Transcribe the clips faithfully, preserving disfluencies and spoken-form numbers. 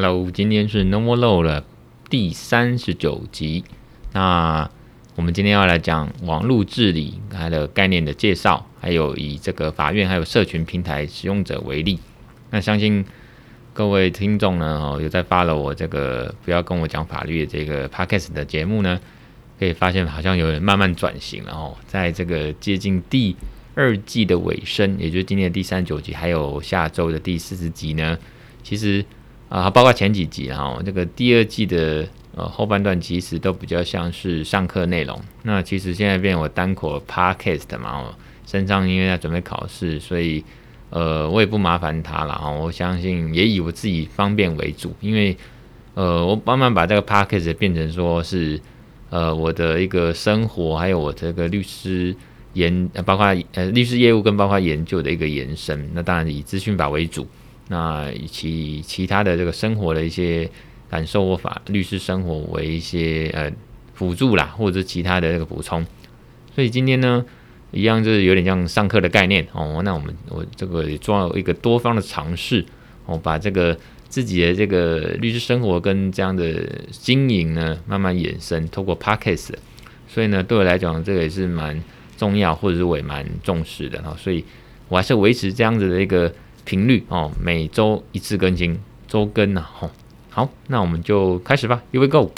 Hello， 今天是 No More Law 的第三十九集。那我们今天要来讲网络治理它的概念的介绍，还有以这个法院还有社群平台使用者为例。那相信各位听众呢，哦，有在 follow 我这个不要跟我讲法律的这个 podcast 的节目呢，可以发现好像有人慢慢转型了哦，在这个接近第二季的尾声，也就是今天的第三十九集，还有下周的第四十集呢，其实啊，包括前几集哈，这个第二季的呃后半段其实都比较像是上课内容。那其实现在变我单口 podcast 嘛，哦，身上因为在准备考试，所以呃我也不麻烦他了哈。我相信也以我自己方便为主，因为呃我慢慢把这个 podcast 变成说是呃我的一个生活，还有我这个律师研，包括呃律师业务跟包括研究的一个延伸。那当然以资讯法为主。那以及其他的这个生活的一些感受或法律师生活为一些呃辅助啦，或者是其他的这个补充。所以今天呢，一样就是有点像上课的概念哦。那我们我这个也做一个多方的尝试哦，把这个自己的这个律师生活跟这样的经营呢，慢慢衍生，透过 podcast。所以呢，对我来讲，这个也是蛮重要，或者是我也蛮重视的哈。所以我还是维持这样子的一个频率哦，每周一次更新，周更啊，吼，好，那我们就开始吧 ，Here we go。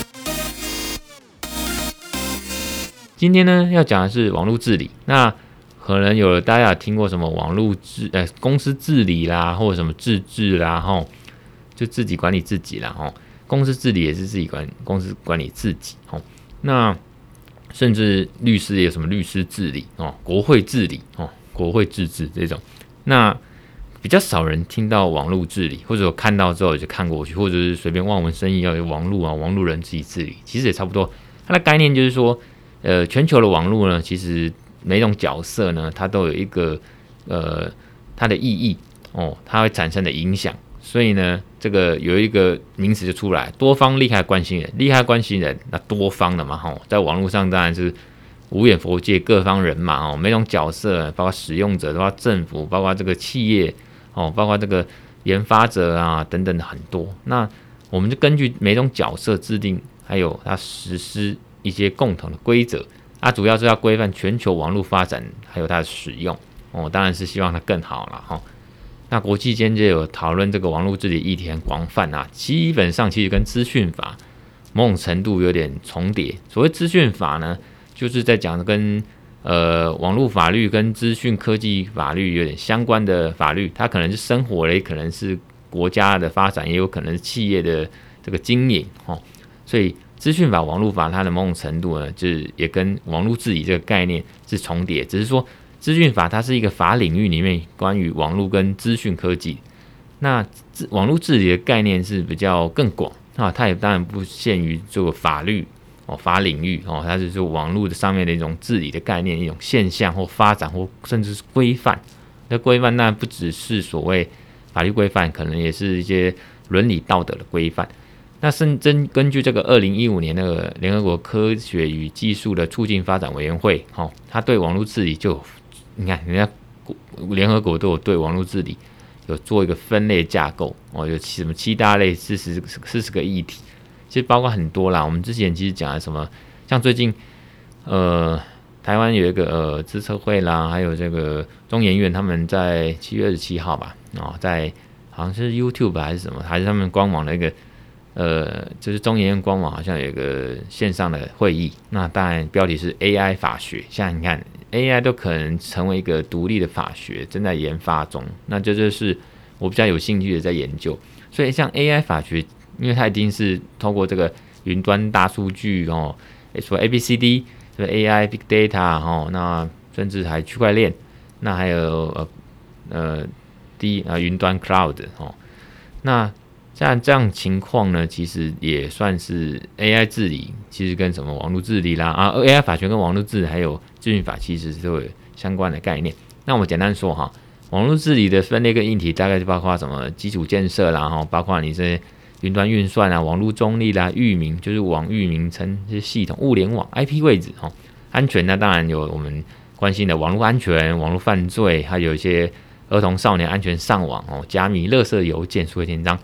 今天呢要讲的是网络治理，那可能有大家有听过什么网络治呃公司治理啦，或者什么自治啦，吼，就自己管理自己啦，吼，公司治理也是自己管公司管理自己，吼，那甚至律师也有什么律师治理哦，国会治理哦，国会自治这种，那比较少人听到网络治理，或者我看到之后就看过去，或者是随便望文生义要有网络啊，网络人自己治理，其实也差不多。它的概念就是说，呃，全球的网络呢，其实每种角色呢，它都有一个呃它的意义哦，它会产生的影响。所以呢，这个有一个名词就出来，多方利害关系人，利害关系人，那多方的嘛，吼，在网络上当然是无远弗届，各方人马哦，每种角色，包括使用者，包括政府，包括这个企业。哦，包括这个研发者啊等等的很多，那我们就根据每种角色制定，还有它实施一些共同的规则，啊，主要是要规范全球网络发展，还有它的使用。哦，当然是希望它更好啦。哈、哦。那国际间就有讨论这个网络治理议题很广泛啊，基本上其实跟资讯法某种程度有点重叠。所谓资讯法呢，就是在讲跟呃，网络法律跟资讯科技法律有点相关的法律，它可能是生活的，也可能是国家的发展，也有可能是企业的这个经营哦。所以资讯法、网络法它的某种程度呢，就是也跟网络治理这个概念是重叠，只是说资讯法它是一个法领域里面关于网络跟资讯科技，那网络治理的概念是比较更广啊，它也当然不限于这个法律。哦，法领域哦，它是说网络的上面的一种治理的概念，一种现象或发展或甚至是规范。那规范那不只是所谓法律规范，可能也是一些伦理道德的规范。那甚至根据这个二零一五年那个联合国科学与技术的促进发展委员会，哦，它对网络治理就有，你看人家联合国都有对网络治理有做一个分类架构哦，有什么七大类四十四十个议题。其实包括很多啦，我们之前其实讲了什么，像最近，呃，台湾有一个呃资策会啦，还有这个中研院，他们在七月二十七号吧，哦，在好像是 YouTube 还是什么，还是他们官网的一个，呃，就是中研院官网好像有一个线上的会议，那当然标题是 A I 法学，像你看 A I 都可能成为一个独立的法学，正在研发中，那这就是我比较有兴趣的在研究，所以像 A I 法学。因为它一定是透过这个云端大数据哦，说 A B C D， A I Big Data 哦，那甚至还区块链，那还有呃呃 D 啊云端 Cloud 哦，那像这样情况呢，其实也算是 A I 治理，其实跟什么网络治理啦啊 A I 法学跟网络治理还有资讯法其实都有相关的概念。那我简单说哈，网络治理的分类跟议题大概就包括什么基础建设啦，哈，包括你这些云端运算啊、网络中立啦、域名就是网域名称这些系统、物联网、I P 位置哈、安全那当然有我们关心的网络安全、网络犯罪，还有一些儿童少年安全上网哦、加密、垃圾邮件、数位签章。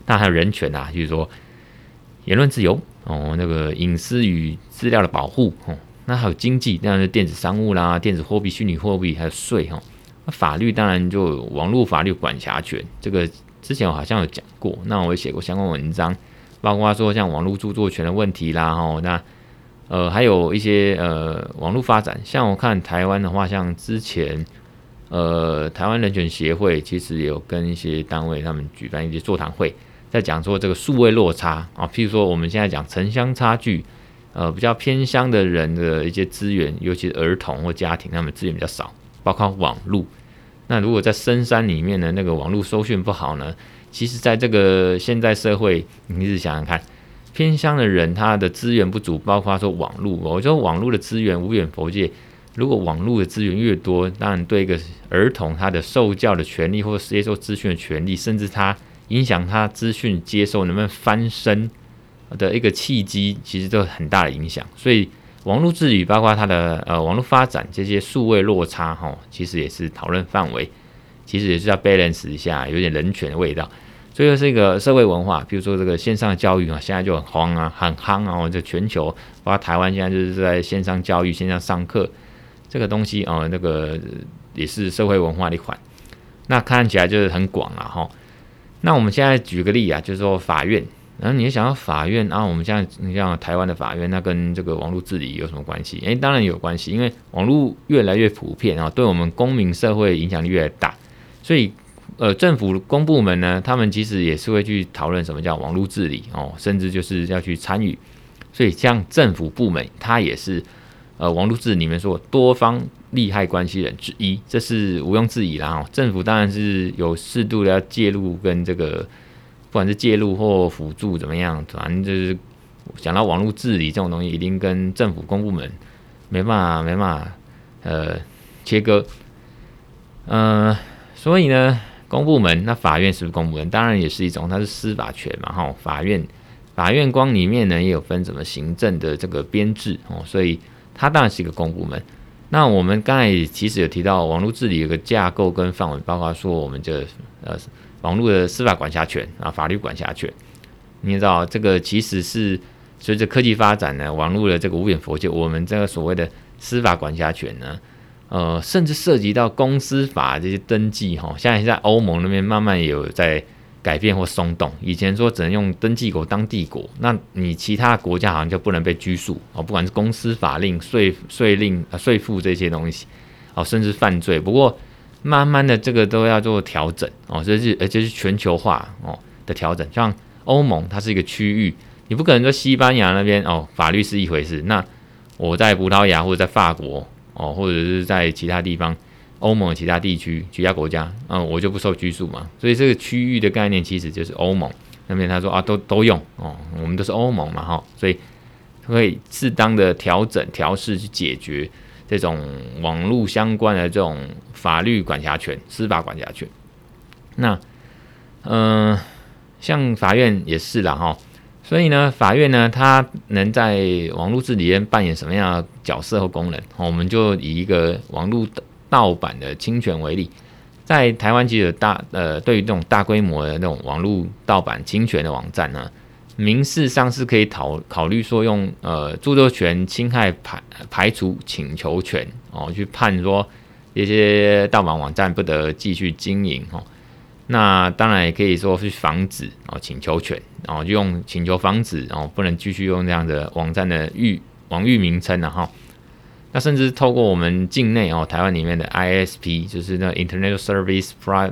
那还有人权啊，就是说言论自由哦，那个隐私与资料的保护哦，那还有经济，当然是电子商务啦、电子货币、虚拟货币，还有税哈。那法律当然就网络法律管辖权，这个之前我好像有讲过，那我也写过相关文章，包括说像网络著作权的问题啦，哈，那呃还有一些呃网络发展，像我看台湾的话，像之前呃台湾人权协会其实也有跟一些单位他们举办一些座谈会，在讲说这个数位落差啊，譬如说我们现在讲城乡差距，呃比较偏乡的人的一些资源，尤其是儿童或家庭，他们资源比较少，包括网络。那如果在深山里面的那个网络收讯不好呢？其实在这个现代社会，你一直想想看，偏乡的人他的资源不足，包括说网络，我觉得网络的资源无远弗届。如果网络的资源越多，当然对一个儿童他的受教的权利，或接受资讯的权利，甚至他影响他资讯接受能不能翻身的一个契机，其实都有很大的影响。所以网络治理包括它的呃网络发展这些数位落差齁，其实也是讨论范围，其实也是要 balance 一下，有点人权的味道。所以是一个社会文化，比如说这个线上教育啊，现在就很夯啊，很夯啊，这全球包括台湾现在就是在线上教育、线上上课这个东西啊、呃，那个也是社会文化的一环。那看起来就是很广了齁。那我们现在举个例啊，就是说法院。然后你想要法院啊，我们现在你像台湾的法院，那跟这个网络治理有什么关系？哎，当然有关系，因为网络越来越普遍啊，对我们公民社会影响力越来越大，所以呃，政府公部门呢，他们其实也是会去讨论什么叫网络治理哦，甚至就是要去参与。所以像政府部门，它也是呃网络治理里面说多方利害关系人之一，这是毋庸置疑啦。哦，政府当然是有适度的要介入跟这个。不管是介入或辅助怎么样，反正就是讲到网络治理这种东西，一定跟政府公部门没办法没办法呃切割。呃，所以呢，公部门那法院是不是公部门？当然也是一种，它是司法权嘛，哈。法院法院光里面呢也有分什么行政的这个编制哦，所以它当然是一个公部门。那我们刚才其实有提到网络治理有个架构跟范围，包括说我们这呃。网络的司法管辖权啊，法律管辖权，你也知道这个其实是随着科技发展呢，网络的这个无远弗届，我们这个所谓的司法管辖权呢，呃，甚至涉及到公司法这些登记哈，现在在欧盟那边慢慢也有在改变或松动。以前说只能用登记国当地国，那你其他国家好像就不能被拘束哦，不管是公司法令、税税令、啊税负这些东西，哦，甚至犯罪。不过慢慢的，这个都要做调整哦，这是而且是全球化哦的调整。像欧盟，它是一个区域，你不可能说西班牙那边哦法律是一回事，那我在葡萄牙或者在法国哦，或者是在其他地方，欧盟的其他地区、其他国家，嗯，我就不受拘束嘛。所以这个区域的概念其实就是欧盟那边他说啊，都都用哦，我们都是欧盟嘛哈，所以会适当的调整、调试去解决。这种网络相关的这种法律管辖权、司法管辖权，那嗯、呃，像法院也是啦哈，所以呢，法院呢，它能在网络治理里扮演什么样的角色和功能？我们就以一个网络盗版的侵权为例，在台湾其实有大呃，对于这种大规模的那种网络盗版侵权的网站呢。民事上是可以考考虑说用呃著作权侵害排排除请求权哦，去判说一些盗版网站不得继续经营哦。那当然也可以说去防止哦请求权哦，就用请求防止哦，不能继续用这样的网站的域网域名称了哈。那甚至透过我们境内哦台湾里面的 I S P， 就是那 Internet Service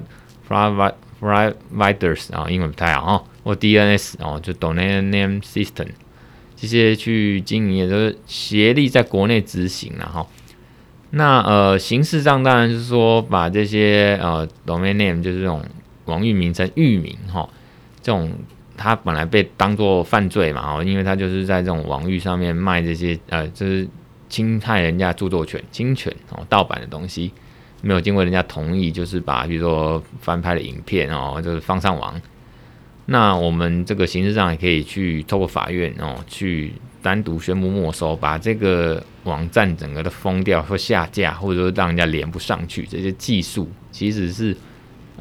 Providers 啊，英文不太好哈。或 D N S 哦，就 Domain Name System 这些去经营，也都是协力在国内执行了哈。那呃，形式上当然就是说，把这些呃 Domain Name 就是这种网域名称域名哈，这种它本来被当作犯罪嘛哈，因为它就是在这种网域上面卖这些呃，就是侵害人家著作权、侵权哦，盗版的东西，没有经过人家同意，就是把比如说翻拍的影片哦，就是放上网。那我们这个形式上也可以去透过法院哦，去单独宣布没收，把这个网站整个的封掉或下架，或者说让人家连不上去，这些技术其实是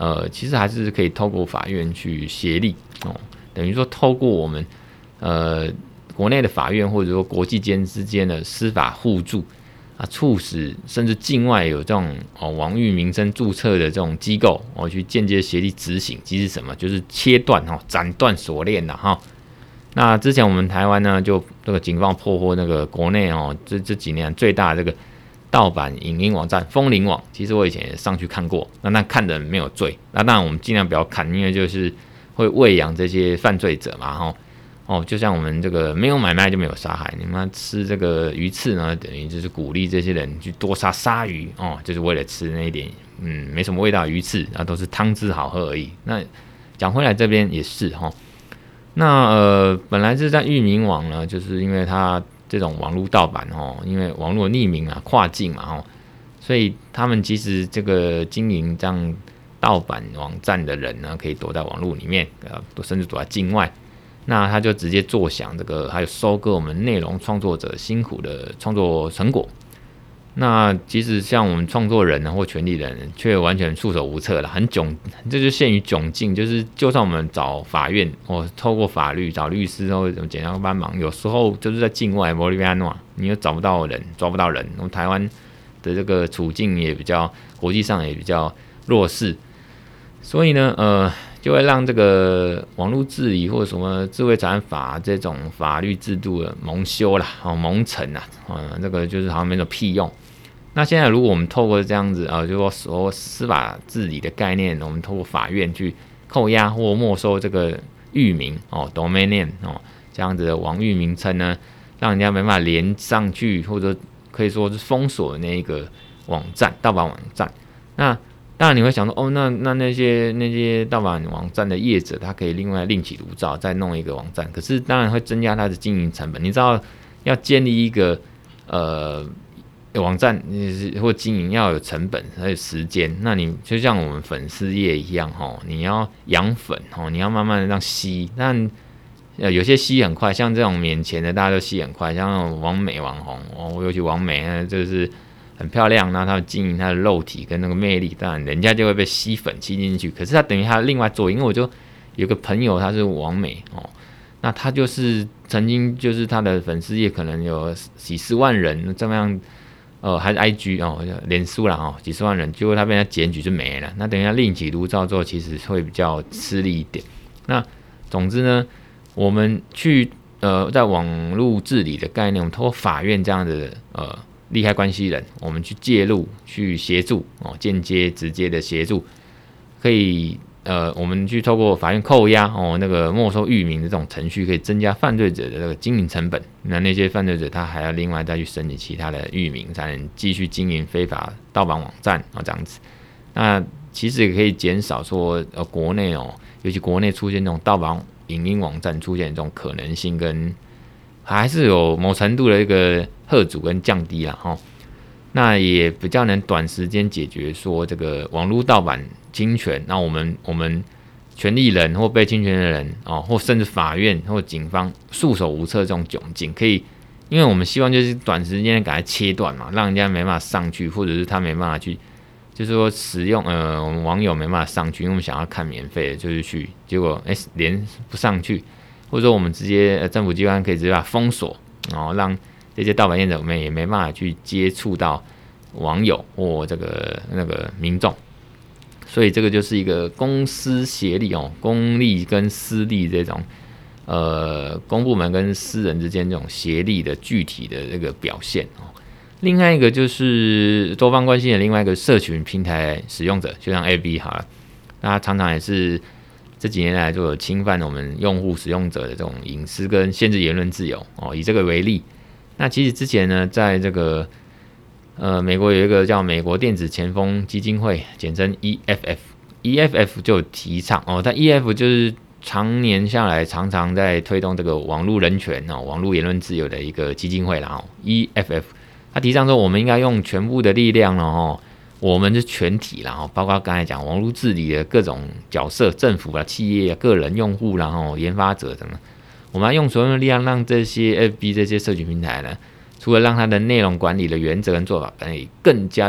呃，其实还是可以透过法院去协力哦，等于说透过我们呃国内的法院或者说国际间之间的司法互助啊，促使甚至境外有这种哦网域名称注册的这种机构哦，去间接协力执行，即是什么？就是切断哦，斩断锁链的哈。那之前我们台湾呢，就这个警方破获那个国内哦，这这几年最大的这个盗版影音网站风铃网，其实我以前也上去看过，那那看的人没有罪，那当然我们尽量不要看，因为就是会喂养这些犯罪者嘛，哈，哦，就像我们这个没有买卖就没有杀害，你们吃这个鱼翅呢，等于就是鼓励这些人去多杀鲨鱼哦，就是为了吃那一点嗯没什么味道的鱼翅，啊都是汤汁好喝而已。那讲回来这边也是哈。那呃，本来是在域名网呢，就是因为它这种网络盗版哦，因为网络匿名啊、跨境嘛哦，所以他们其实这个经营这样盗版网站的人呢，可以躲在网络里面，呃，甚至躲在境外。那他就直接坐享这个，还有收割我们内容创作者辛苦的创作成果。那其实像我们创作人呢，或权利人，却完全束手无策了，很窘，这就陷于窘境。就是就算我们找法院，或透过法律找律师或者检察官帮忙，有时候就是在境外，玻利维亚诺，你又找不到人，抓不到人。我们台湾的这个处境也比较，国际上也比较弱势，所以呢，呃，就会让这个网络治理或者什么智慧财产法这种法律制度的蒙羞啦，哦，蒙尘啊，呃，这个就是好像没什么屁用。那现在如果我们透过这样子呃，就说说司法治理的概念，我们透过法院去扣押或没收这个域名哦 ，domain name 哦，这样子的网域名称呢，让人家没办法连上去，或者可以说是封锁的那一个网站盗版网站。那当然你会想说，哦，那那那些那些盗版网站的业者，他可以另外另起炉灶，再弄一个网站，可是当然会增加他的经营成本。你知道，要建立一个呃。网站或经营要有成本，还有时间。那你就像我们粉丝业一样，你要养粉，你要慢慢的让吸。但有些吸很快，像这种免钱的，大家都吸很快，像那种网美网红，哦，尤其网美，就是很漂亮，那他经营他的肉体跟那个魅力，当然人家就会被吸粉吸进去。可是他等于他另外做，因为我就有个朋友他是网美哦。那他就是曾经就是他的粉丝业可能有几十万人这么样。呃，还是 I G 哦，脸书啦哦，几十万人，结果他被他检举就没了。那等于他另起炉灶之后，其实会比较吃力一点。那总之呢，我们去呃，在网络治理的概念，我们通过法院这样的呃利害关系人，我们去介入、去协助哦，间接、直接的协助，可以呃，我们去透过法院扣押哦，那个没收域名的这种程序，可以增加犯罪者的这个经营成本。那那些犯罪者他还要另外再去申请其他的域名，才能继续经营非法盗版网站啊、哦、这样子。那其实也可以减少说呃国内哦，尤其国内出现这种盗版影音网站出现这种可能性，跟还是有某程度的一个吓阻跟降低啦哈。那也比较能短时间解决说这个网络盗版侵权，那我们我们权利人或被侵权的人哦，或甚至法院或警方束手无策这种窘境，可以，因为我们希望就是短时间给它切断嘛，让人家没办法上去，或者是他没办法去，就是说使用呃我们网友没办法上去，因为我们想要看免费的，就是去，结果哎连不上去，或者说我们直接呃政府机关可以直接把它封锁，然后让这些盗版业者们也没办法去接触到网友或这个那个民众，所以这个就是一个公私协力哦，公立跟私立这种呃公部门跟私人之间这种协力的具体的这个表现哦。另外一个就是多方关系的另外一个社群平台使用者，就像 F B 好了，那常常也是这几年来就有侵犯我们用户使用者的这种隐私跟限制言论自由哦。以这个为例。那其实之前呢，在这个呃美国有一个叫美国电子前锋基金会，简称 E F F，E F F 就有提倡哦，但 E F F 就是常年下来常常在推动这个网络人权哦、网络言论自由的一个基金会啦哦 ，E F F， 他提倡说我们应该用全部的力量哦，我们是全体啦哦，包括刚才讲网络治理的各种角色，政府啊、企业啊、个人用户啦哦、研发者等等。我们要用所有的力量，让这些 F B 这些社群平台呢，除了让它的内容管理的原则跟做法可以更加的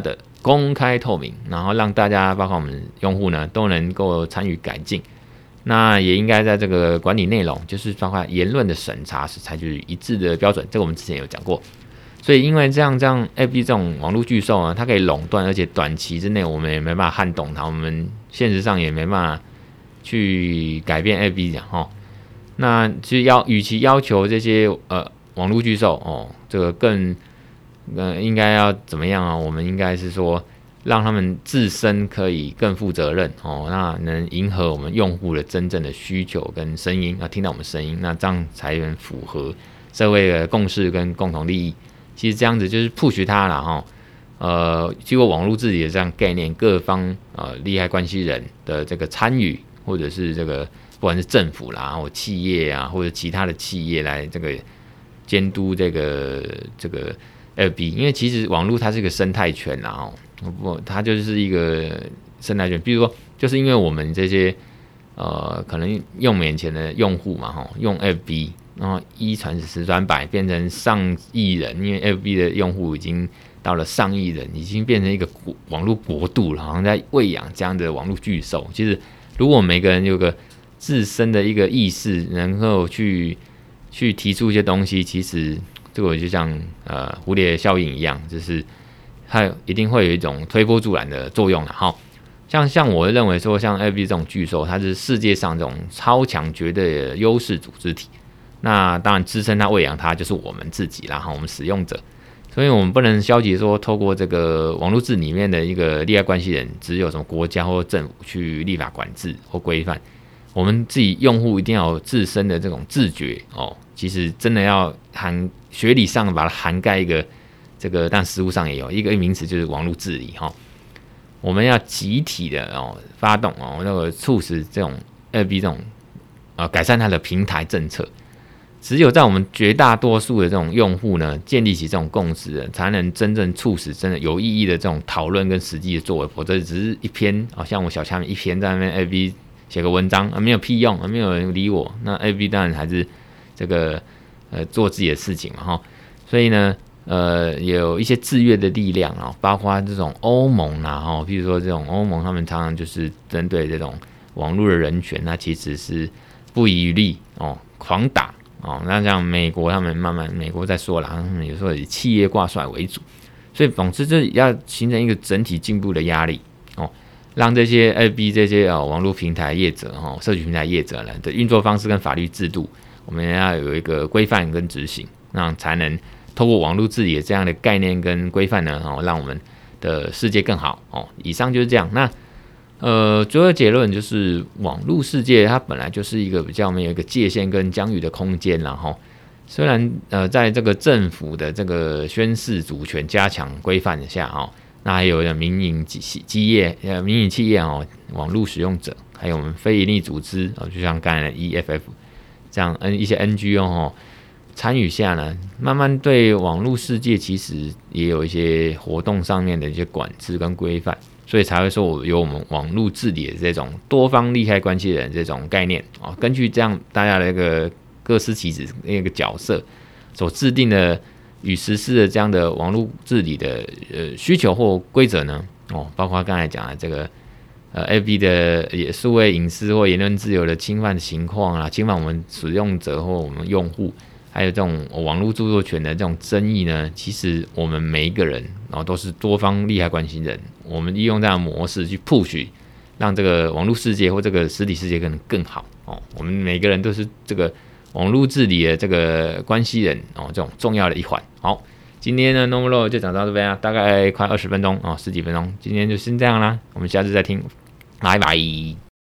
公开透明，然后让大家包括我们用户呢都能够参与改进。那也应该在这个管理内容，就是包括言论的审查是采取一致的标准，这个我们之前有讲过。所以因为这样这样 F B 这种网络巨兽啊，它可以垄断，而且短期之内我们也没办法撼动它，我们现实上也没办法去改变 F B 讲齁。那其实要与其要求这些呃网络巨兽哦，这个更呃应该要怎么样啊？我们应该是说让他们自身可以更负责任哦，那能迎合我们用户的真正的需求跟声音啊，听到我们声音，那这样才能符合社会的共识跟共同利益。其实这样子就是 push 它啦齁。呃，经过网络治理的这样概念，各方呃利害关系人的这个参与，或者是这个不管是政府啦，或企业啊，或者其他的企业来这个监督这个这个 F B， 因为其实网络它是一个生态圈啦哦，不，它就是一个生态圈。比如说，就是因为我们这些呃可能用免钱的用户嘛哈，用 F B， 然后一传十，十传百，变成上亿人，因为 F B 的用户已经到了上亿人，已经变成一个网络国度了，好像在喂养这样的网络巨兽。其实，如果每个人有个自身的一个意识，能够去去提出一些东西，其实这个就像呃蝴蝶效应一样，就是它一定会有一种推波助澜的作用了哈。像像我认为说，像 F B 这种巨兽，它是世界上这种超强绝对的优势组织体。那当然支撑它、喂养它就是我们自己啦，哈，我们使用者。所以我们不能消极说，透过这个网络治里面的一个利害关系人，只有什么国家或政府去立法管制或规范，我们自己用户一定要有自身的这种自觉哦。其实真的要涵学理上把它涵盖一个这个，但实务上也有一个名词，就是网络治理哈。我们要集体的哦发动哦，那个促使这种 F B 这种呃改善它的平台政策。只有在我们绝大多数的这种用户呢，建立起这种共识，才能真正促使真的有意义的这种讨论跟实际的作为。否则只是一篇，好、哦、像我小下面一篇在那边 F B 写个文章啊，没有屁用啊，没有人理我。那 F B 当然还是这个呃做自己的事情嘛哈。所以呢，呃，有一些制约的力量啊，包括这种欧盟啊哈，譬如说这种欧盟，他们常常就是针对这种网络的人权，那其实是不遗余力哦，狂打。哦，那像美国他们慢慢，美国在说了，他们有时候以企业挂帅为主，所以总之就要形成一个整体进步的压力哦，让这些 F B 这些哦网络平台业者哦，社群平台业者呢的运作方式跟法律制度，我们要有一个规范跟执行，那才能透过网络治理的这样的概念跟规范呢，哦，让我们的世界更好哦。以上就是这样，那。呃，最后的结论就是，网络世界它本来就是一个比较没有一个界限跟疆域的空间，然后虽然呃，在这个政府的这个宣示主权加强规范下哦，那还有民营企业、呃民营企业哦，网络使用者，还有我们非营利组织哦，就像刚才的 E F F 这样，嗯，一些 N G O 哦参与下呢，慢慢对网络世界其实也有一些活动上面的一些管制跟规范。所以才会说有我们网络治理的这种多方利害关系人这种概念啊，根据这样大家的一个各司其职那个角色所制定的与实施的这样的网络治理的呃需求或规则呢，哦，包括刚才讲的这个呃 F B 的也数位隐私或言论自由的侵犯情况啊，侵犯我们使用者或我们用户。还有这种网络著作权的这种争议呢，其实我们每一个人，然后都是多方利害关系人，我们利用这样的模式去 push， 让这个网络世界或这个实体世界可能更好哦。我们每个人都是这个网络治理的这个关系人哦，这种重要的一环。好，今天呢 Normal Law 就讲到这边啊，大概快二十分钟哦，十几分钟，今天就先这样啦，我们下次再听，拜拜。